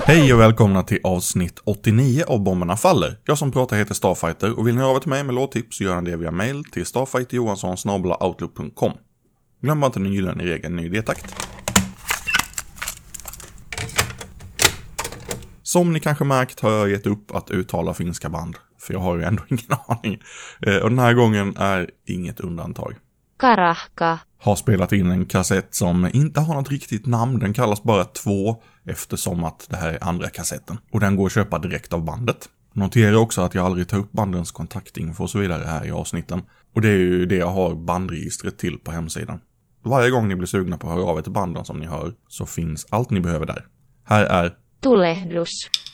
Hej och välkomna till avsnitt 89 av Bomberna Faller. Jag som pratar heter Starfighter och vill ni höra till mig med låttips så gör ni det via mail till starfighterjohansson@outlook.com. Glöm bara inte den gyllene regeln ny idétakt. Som ni kanske märkt har jag gett upp att uttala finska band, för jag har ju ändå ingen aning. Och den här gången är inget undantag. Karahka. Har spelat in en kassett som inte har något riktigt namn, den kallas bara 2 eftersom att det här är andra kassetten. Och den går att köpa direkt av bandet. Notera också att jag aldrig tar upp bandens kontaktinfo och så vidare här i avsnitten. Och det är ju det jag har bandregistret till på hemsidan. Varje gång ni blir sugna på att höra av er till banden som ni hör så finns allt ni behöver där. Här är Tulehdus.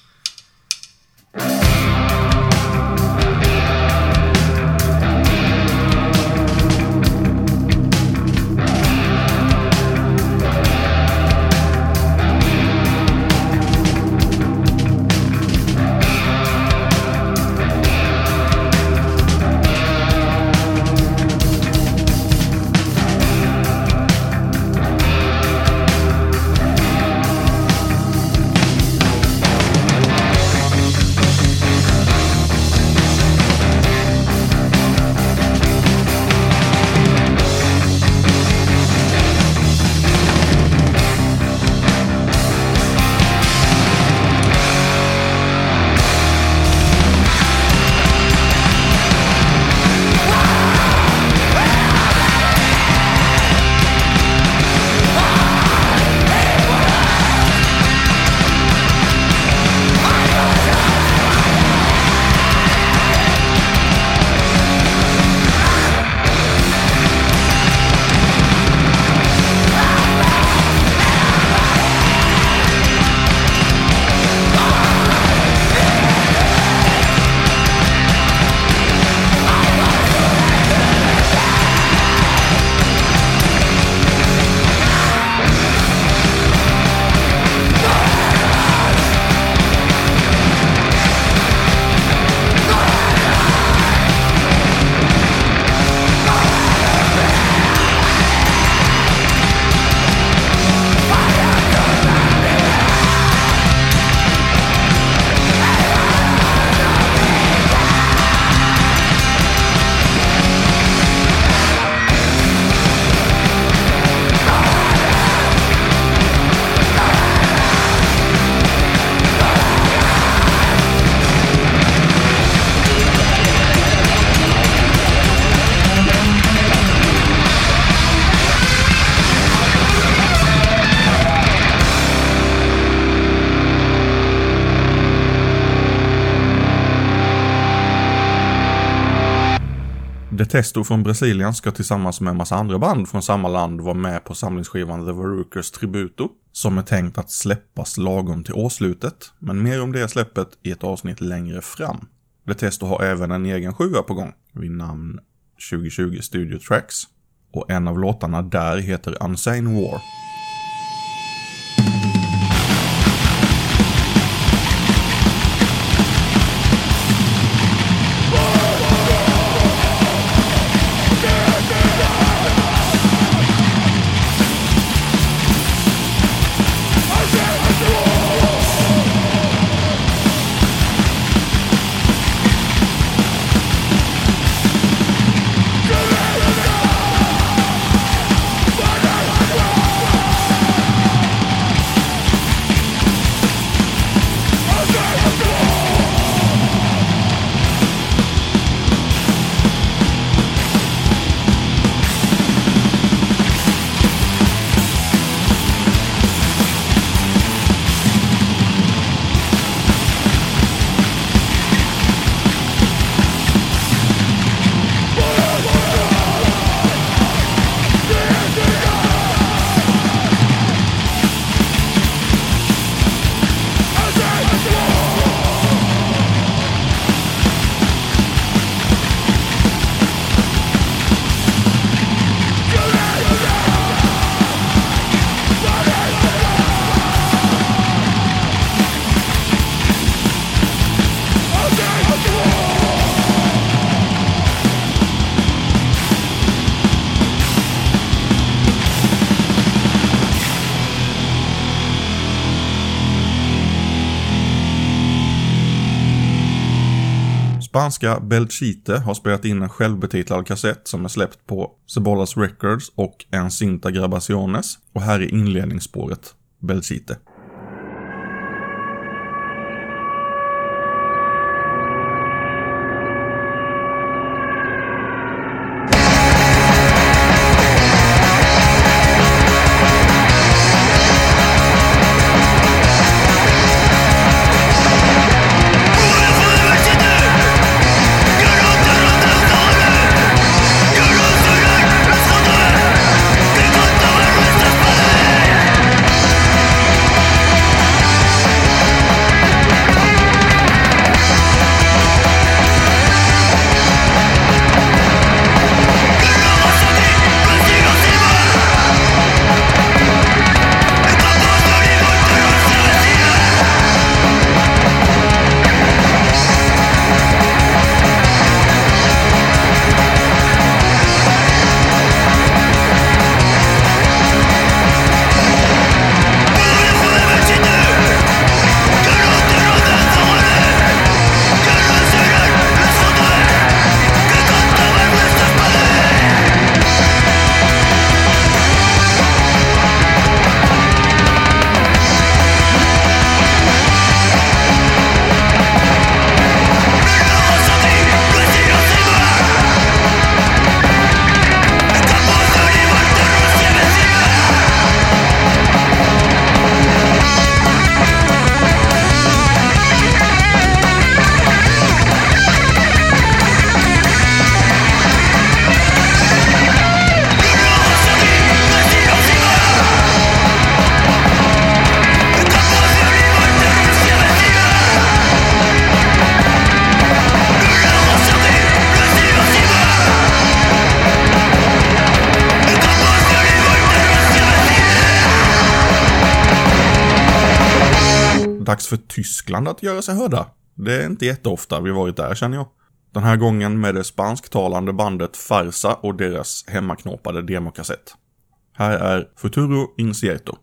Detesto från Brasilien ska tillsammans med en massa andra band från samma land vara med på samlingsskivan The Varukers Tributo som är tänkt att släppas lagom till årslutet, men mer om det släppet i ett avsnitt längre fram. Detesto har även en egen 7 på gång vid namn 2020 Studio Tracks och en av låtarna där heter Unsane War. Spanska Belchite har spelat in en självbetitlad kassett som är släppt på Cebollas Records och En Cinta Grabaciones, och här är inledningsspåret Belchite. Dags för Tyskland att göra sig hörda. Det är inte jätteofta vi varit där, känner jag. Den här gången med det spansktalande bandet Farsa och deras hemmaknåpade demokassett. Här är Futuro Incierto.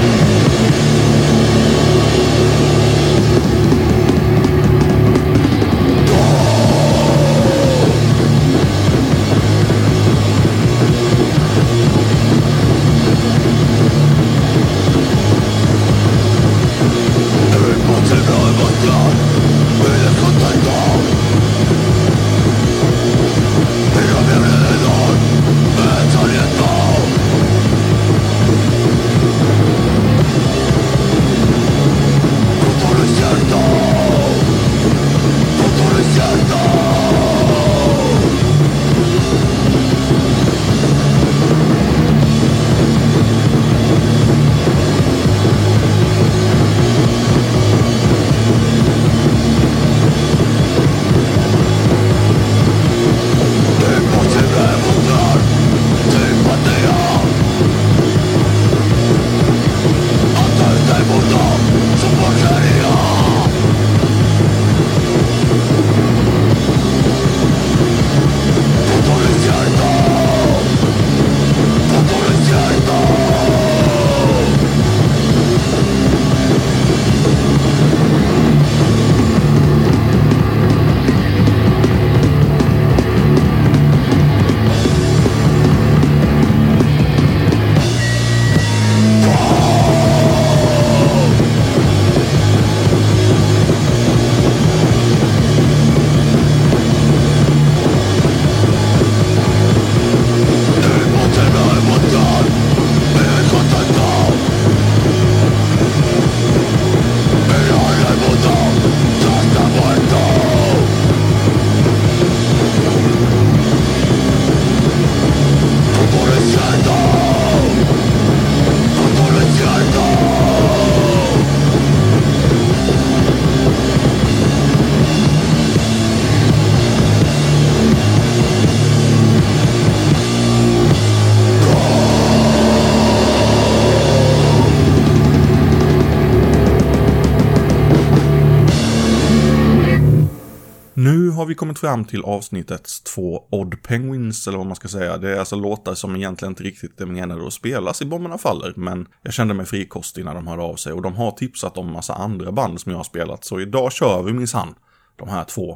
Nu har vi kommit fram till avsnittets 2 Odd Penguins, eller vad man ska säga. Det är alltså låtar som egentligen inte riktigt är menade att spelas i Bomberna Faller, men jag kände mig frikostig när de hörde av sig, och de har tipsat om massa andra band som jag har spelat, så idag kör vi minsann de här 2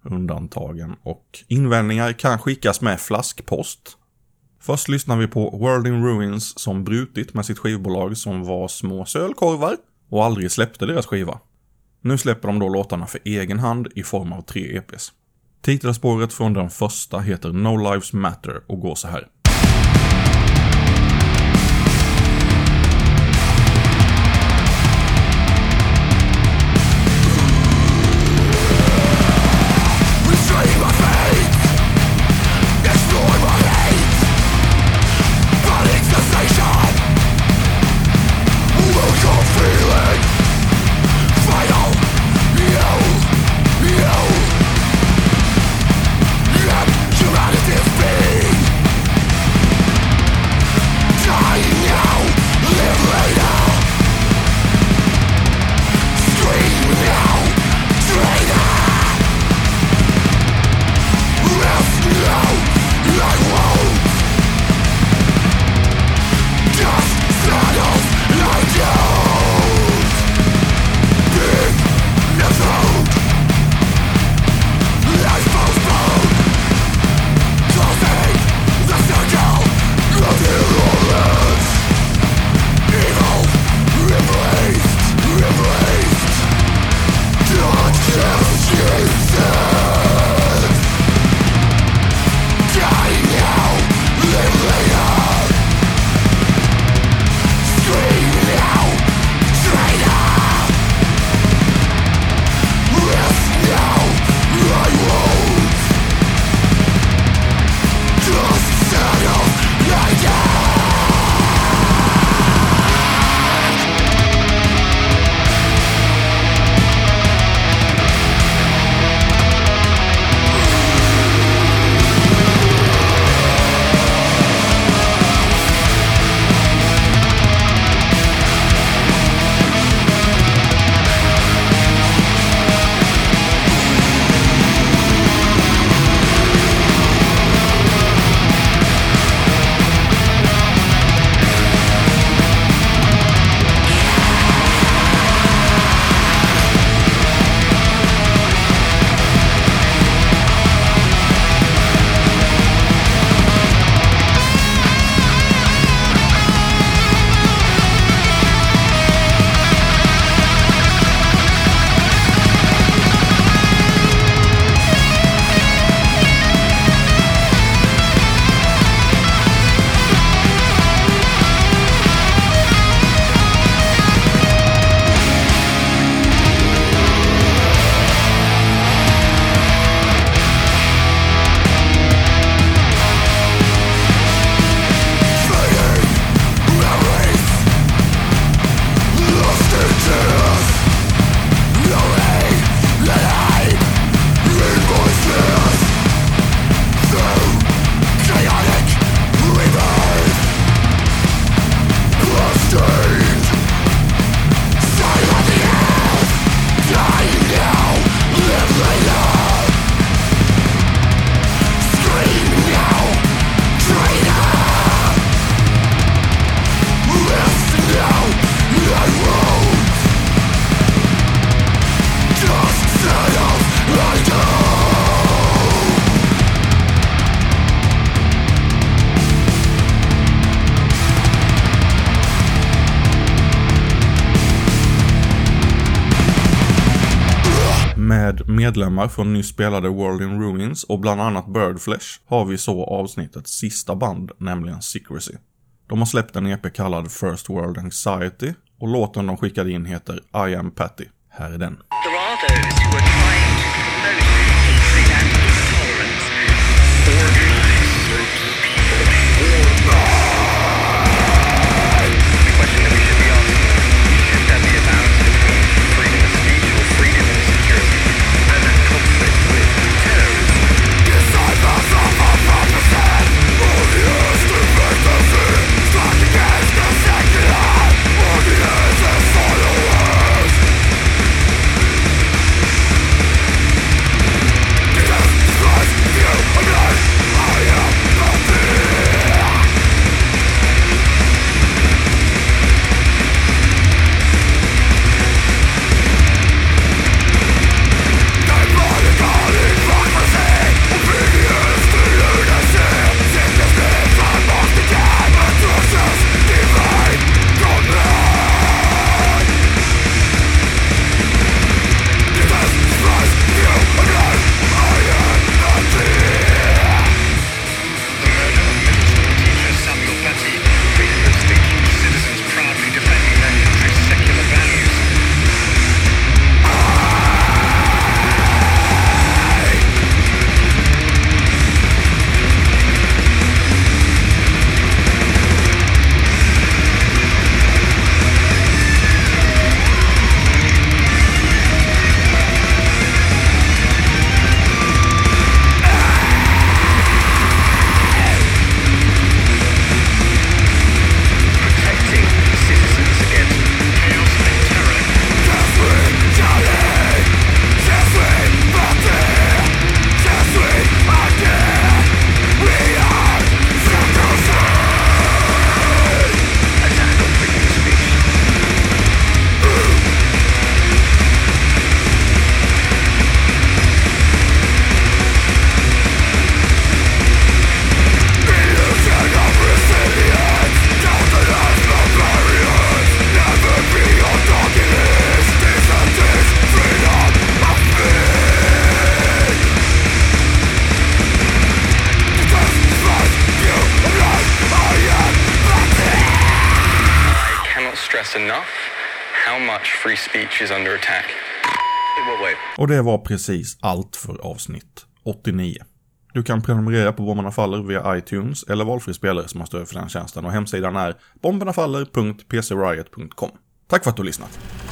undantagen och invändningar kan skickas med flaskpost. Först lyssnar vi på World in Ruins som brutit med sitt skivbolag som var små sölkorvar och aldrig släppte deras skiva. Nu släpper de då låtarna för egen hand i form av 3 EPs. Titelspåret från den första heter No Lives Matter och går så här. Med medlemmar från nyss spelade World in Ruins och bland annat Birdflesh har vi så avsnittets sista band, nämligen Secrecy. De har släppt en EP kallad First World Anxiety och låten de skickade in heter I Am Patty. Här är den. stress enough how much free speech is under attack. In what way? Och det var precis allt för avsnitt 89. Du kan prenumerera på Bomberna Faller via iTunes eller valfri spelare som har stöd för den tjänsten, och hemsidan är bombernafaller.pcriot.com. Tack för att du har lyssnat.